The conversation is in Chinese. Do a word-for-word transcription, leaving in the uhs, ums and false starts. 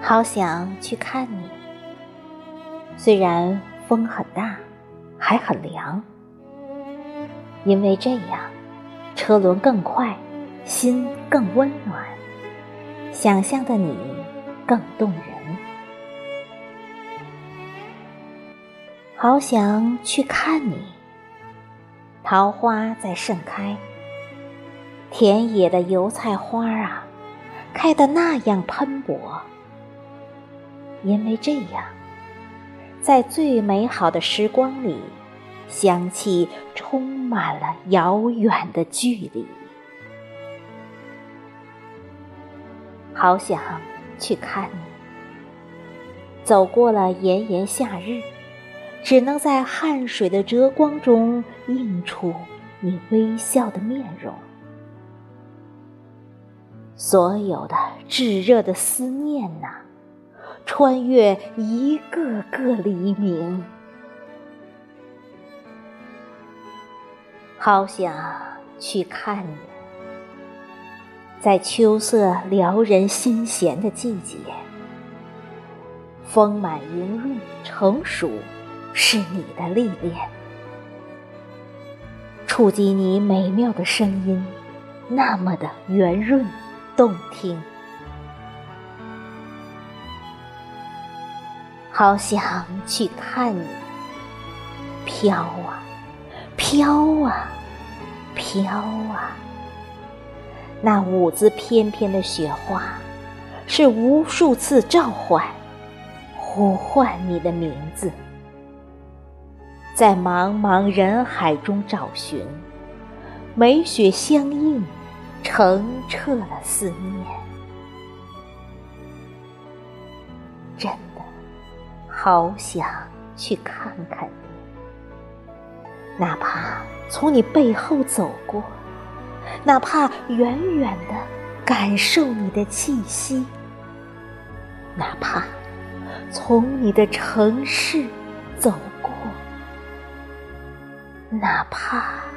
好想去看你。虽然风很大，还很凉，因为这样，车轮更快，心更温暖，想象的你更动人。好想去看你，桃花在盛开，田野的油菜花啊，开得那样喷薄。因为这样，在最美好的时光里，香气充满了遥远的距离。好想去看你，走过了炎炎夏日，只能在汗水的折光中映出你微笑的面容。所有的炙热的思念啊，穿越一个个黎明。好想去看你，在秋色撩人心弦的季节，丰满匀润成熟是你的历练，触及你美妙的声音，那么的圆润动听。好想去看你，飘啊飘啊飘啊，那舞姿翩翩的雪花，是无数次召唤呼唤你的名字，在茫茫人海中找寻，美雪相映，澄澈了思念。真的好想去看看你，哪怕从你背后走过，哪怕远远地感受你的气息，哪怕从你的城市走过，哪怕